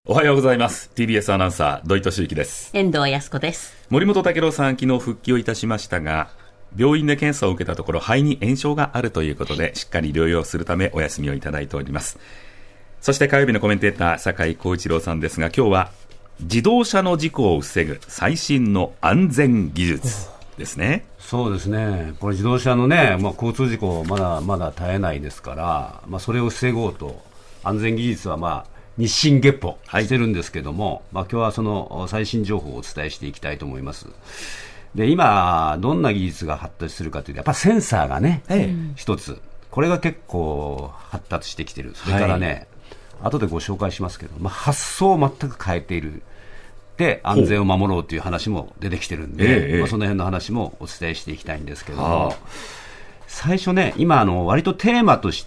おはようございます。 TBS アナウンサー土井敏之です。 遠藤康子です。 森本武郎さん、昨日復帰をいたしましたが、病院で検査を受けたところ肺に炎症があるということで、しっかり療養するためお休みをいただいております。そして火曜日のコメンテーター酒井光一郎さんですが、今日は自動車の事故を防ぐ最新の安全技術ですね。 そうですね、これ自動車のね、交通事故まだ絶えないですから、それを防ごうと安全技術は日進月歩してるんですけども、今日はその最新情報をお伝えしていきたいと思います。で、今どんな技術が発達するかというと、やっぱセンサーがね、一つこれが結構発達してきてる。それからね、後でご紹介しますけど、発想を全く変えているで安全を守ろうという話も出てきてるんで、その辺の話もお伝えしていきたいんですけども、最初ね、今割とテーマとして、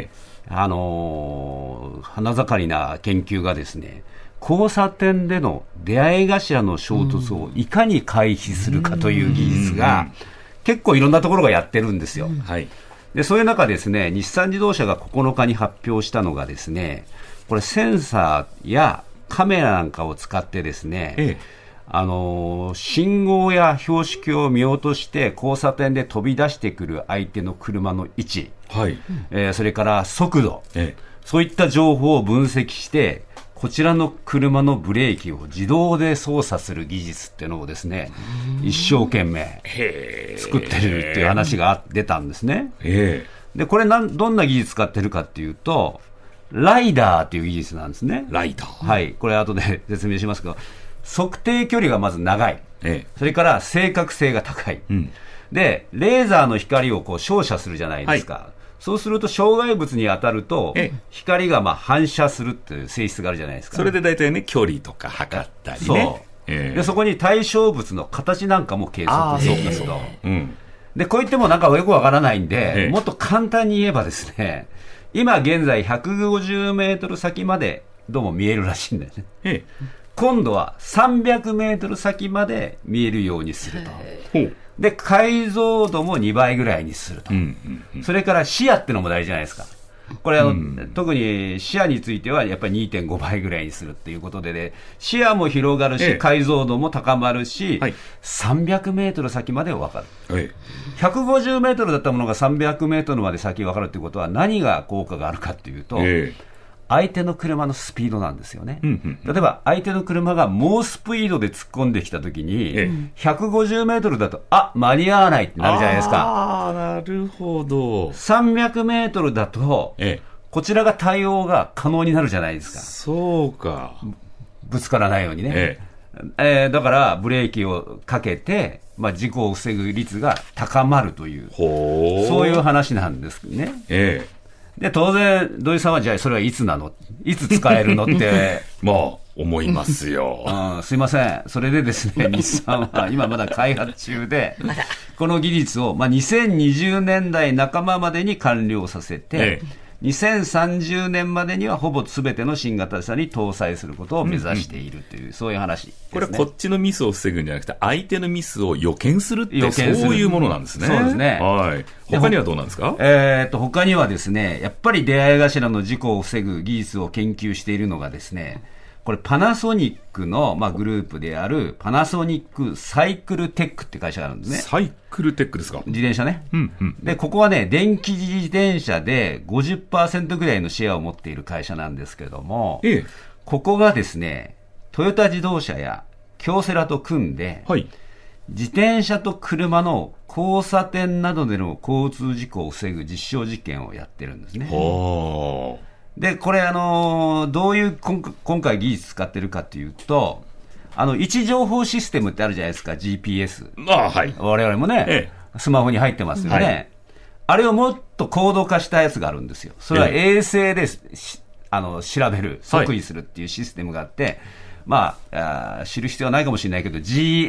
花盛りな研究がですね、交差点での出会い頭の衝突をいかに回避するかという技術が結構いろんなところがやってるんですよ。で、そういう中ですね、日産自動車が9日に発表したのがですね、これセンサーやカメラなんかを使ってですね、信号や標識を見落として交差点で飛び出してくる相手の車の位置、それから速度、そういった情報を分析してこちらの車のブレーキを自動で操作する技術っていうのをですね、一生懸命作ってるっていう話が出たんですね。で、これどんな技術使ってるかっていうと、ライダーっていう技術なんですね。 ライダー、 これ後で説明しますけど、測定距離がまず長い、それから正確性が高い、でレーザーの光を照射するじゃないですか、そうすると障害物に当たると光が反射するっていう性質があるじゃないですか。 それで大体ね、距離とか測ったりね。 でそこに対象物の形なんかも計測できると。でこう言ってもなんかよくわからないんで、もっと簡単に言えばですね、今現在150メートル先までどうも見えるらしいんだよね。今度は300メートル先まで見えるようにすると。で解像度も2倍ぐらいにすると。それから視野ってのも大事じゃないですか。これ特に視野についてはやっぱり 2.5 倍ぐらいにするっていうことで、ね、視野も広がるし、解像度も高まるし、300メートル先まで分かる。150メートルだったものが300メートルまで先分かるということは何が効果があるかというと、相手の車のスピードなんですよね。例えば相手の車が猛スピードで突っ込んできたときに、150メートルだと間に合わないってなるじゃないですか。 なるほど。 300メートルだと、こちらが対応が可能になるじゃないですか。 そうか。 ぶつからないようにね。だからブレーキをかけて、事故を防ぐ率が高まるという、そういう話なんですね。で当然土井さんはじゃあそれはいつなの、いつ使えるのって思いますよ。 すいません、それでですね、日産は今まだ開発中でこの技術を、2020年代半ばまでに完了させて、2030年までにはほぼすべての新型車に搭載することを目指しているという、そういう話ですね。 これはこっちのミスを防ぐんじゃなくて相手のミスを予見するってそういうものなんですね。 そうですね。 他にはどうなんですか？ 他にはですね、やっぱり出会い頭の事故を防ぐ技術を研究しているのがですね、これパナソニックの、グループであるパナソニックサイクルテックって会社があるんですね。 サイクルテックですか？ 自転車ね。でここはね、電気自転車で 50% ぐらいのシェアを持っている会社なんですけども、ここがですね、トヨタ自動車や京セラと組んで、自転車と車の交差点などでの交通事故を防ぐ実証実験をやってるんですね。でこれどういう今回技術使ってるかというと、位置情報システムってあるじゃないですか、 GPS。我々もね、スマホに入ってますよね。あれをもっと高度化したやつがあるんですよ。それは衛星で調べる、測位するっていうシステムがあって、知る必要はないかもしれないけど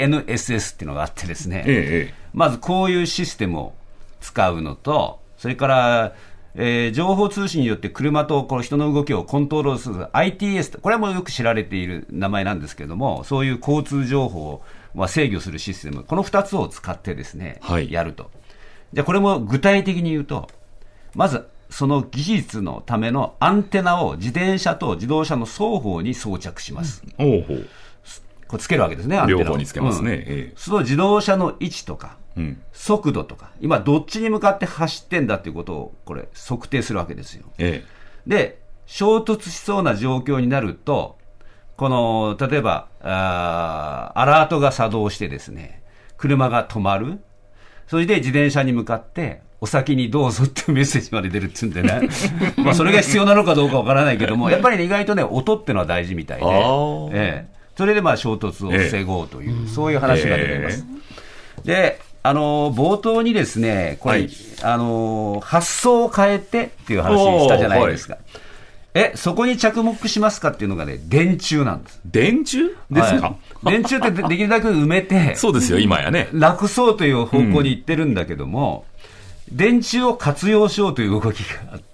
GNSS っていうのがあってですね、まずこういうシステムを使うのと、それから情報通信によって車と人の動きをコントロールする ITS、 これもよく知られている名前なんですけども、そういう交通情報を制御するシステム、この2つを使ってですね、やると。じゃあこれも具体的に言うと、まずその技術のためのアンテナを自転車と自動車の双方に装着します。こうつけるわけですね、アンテナを。 両方につけますね。 その自動車の位置とか、速度とか、今どっちに向かって走ってんだということをこれ測定するわけですよ。で、衝突しそうな状況になると、この例えばアラートが作動してですね、車が止まる。それで自転車に向かってお先にどうぞっていうメッセージまで出るっていうんでねまあそれが必要なのかどうかわからないけども、やっぱり、ね、意外とね音っていうのは大事みたいで、それでまあ衝突を防ごうという、そういう話が出ています。で、冒頭にですねこれ、発想を変えてっていう話したじゃないですか。そこに着目しますかっていうのがね、電柱なんです。 電柱ですか、 電柱ってできるだけ埋めてそうですよ、今やね、 なくそうという方向に行ってるんだけども、電柱を活用しようという動きがあって、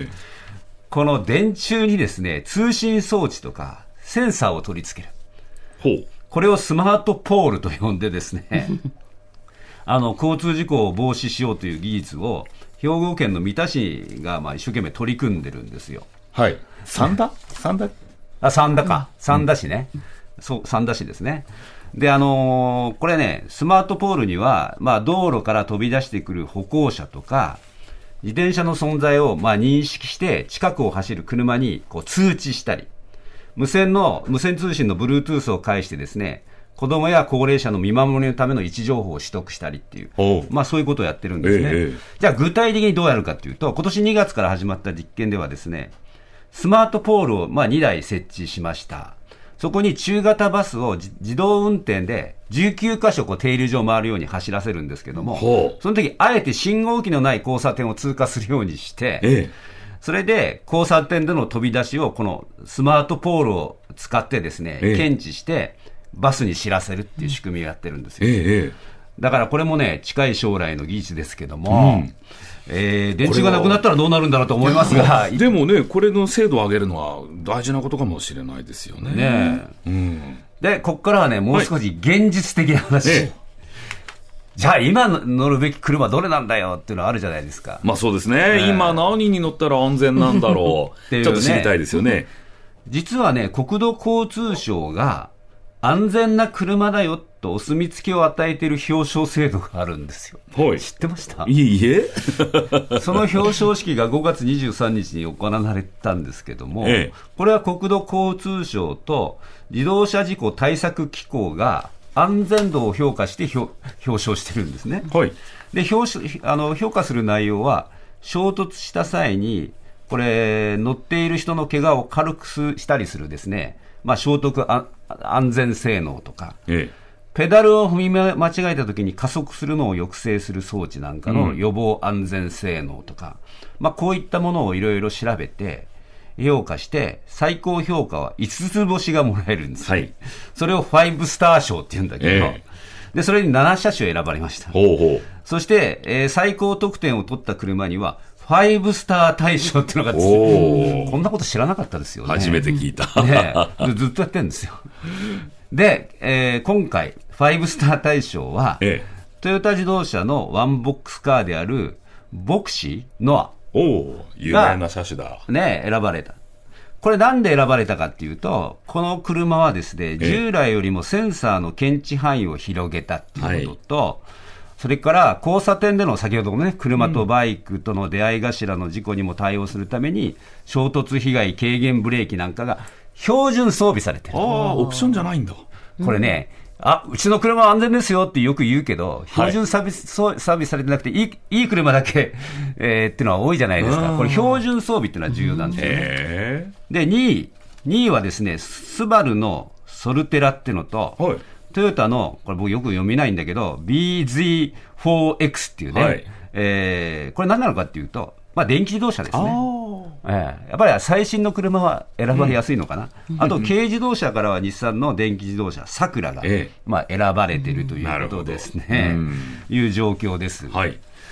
この電柱にですね、通信装置とかセンサーを取り付ける。これをスマートポールと呼んでですね交通事故を防止しようという技術を兵庫県の三田市がまあ一生懸命取り組んでるんですよ。 三田市ね。そう、三田市ですね。で、これね、スマートポールには、まあ、道路から飛び出してくる歩行者とか、自転車の存在をまあ認識して、近くを走る車にこう通知したり、無線通信の Bluetooth を介してですね、子供や高齢者の見守りのための位置情報を取得したりっていう、まあそういうことをやってるんですね。じゃあ具体的にどうやるかというと、今年2月から始まった実験ではですね、スマートポールをまあ2台設置しました。そこに中型バスを自動運転で19カ所こう停留所を回るように走らせるんですけども、その時あえて信号機のない交差点を通過するようにして、それで交差点での飛び出しをこのスマートポールを使ってですね、検知してバスに知らせるっていう仕組みをやってるんですよ。だからこれもね、近い将来の技術ですけども、電池がなくなったらどうなるんだろうと思いますが、 でもね、これの精度を上げるのは大事なことかもしれないですよね。 で、ここからはね、もう少し現実的な話、じゃあ今乗るべき車どれなんだよっていうのはあるじゃないですか。 まあそうですね、今何に乗ったら安全なんだろうちょっと知りたいですよね。 実はね、国土交通省が安全な車だよとお墨付きを与えている表彰制度があるんですよ。知ってました？ いいえその表彰式が5月23日に行われたんですけども、これは国土交通省と自動車事故対策機構が安全度を評価して表彰してるんですね。で評価する内容は、衝突した際にこれ乗っている人の怪我を軽くしたりするですね、まあ、衝突安全性能とか、ペダルを踏み間違えたときに加速するのを抑制する装置なんかの予防安全性能とか、まあ、こういったものをいろいろ調べて評価して、最高評価は5つ星がもらえるんですよ。それを5スター賞っていうんだけど、でそれに7車種選ばれました。そして、最高得点を取った車には5スター大賞っていうのがですね、こんなこと知らなかったですよね。 初めて聞いた、 ずっとやってるんですよ。で、今回5スター大賞は、トヨタ自動車のワンボックスカーであるボクシーノア有名な車種だ、 選ばれた。これなんで選ばれたかっていうと、この車はですね、従来よりもセンサーの検知範囲を広げたっていうことと、それから交差点での先ほどもね、車とバイクとの出会い頭の事故にも対応するために、衝突被害軽減ブレーキなんかが標準装備されてる。 オプションじゃないんだ。 これね、うちの車は安全ですよってよく言うけど、標準装備されてなくていい車だけ、っていうのは多いじゃないですか。これ標準装備っていうのは重要なんですよね。で、2位はですね、スバルのソルテラっていうのと、トヨタの、これ僕よく読めないんだけど、BZ4X っていうね、これ何なのかっていうと、まあ電気自動車ですね。やっぱり最新の車は選ばれやすいのかな。あと軽自動車からは日産の電気自動車サクラが、まあ選ばれているということですね。いう状況です。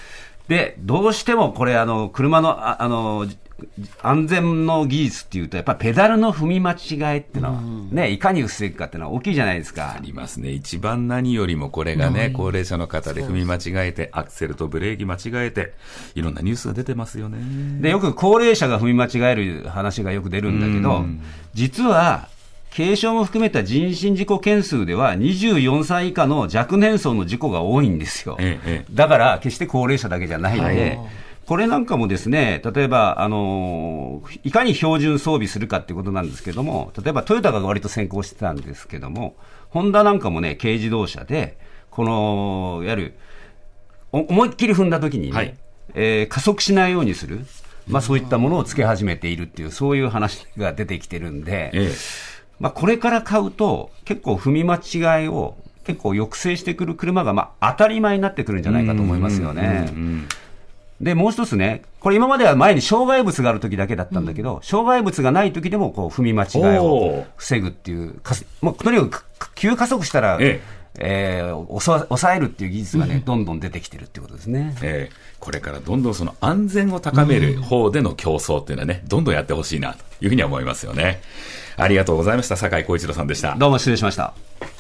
でどうしてもこれ車の安全の技術っていうとやっぱりペダルの踏み間違いっていうのは、ね、いかに防ぐかっていうのは大きいじゃないですか。 ありますね。一番何よりもこれがね、高齢者の方で踏み間違えてアクセルとブレーキ間違えていろんなニュースが出てますよね。 でよく高齢者が踏み間違える話がよく出るんだけど、実は軽傷も含めた人身事故件数では24歳以下の若年層の事故が多いんですよ。だから決して高齢者だけじゃないので、これなんかもですね、例えば、いかに標準装備するかっていうことなんですけども、例えばトヨタが割と先行してたんですけども、ホンダなんかもね、軽自動車で、いわゆる、思いっきり踏んだ時にね、加速しないようにする、そういったものをつけ始めているっていう、そういう話が出てきてるんで、これから買うと、結構踏み間違いを結構抑制してくる車が、当たり前になってくるんじゃないかと思いますよね。でもう一つね、これ今までは前に障害物があるときだけだったんだけど、障害物がないときでもこう踏み間違いを防ぐっていう、とにかく急加速したら、抑えるっていう技術がね、どんどん出てきてるっていうことですね。 これからどんどんその安全を高める方での競争っていうのはね、どんどんやってほしいなというふうには思いますよね。ありがとうございました。酒井光一郎さんでした。 どうも失礼しました。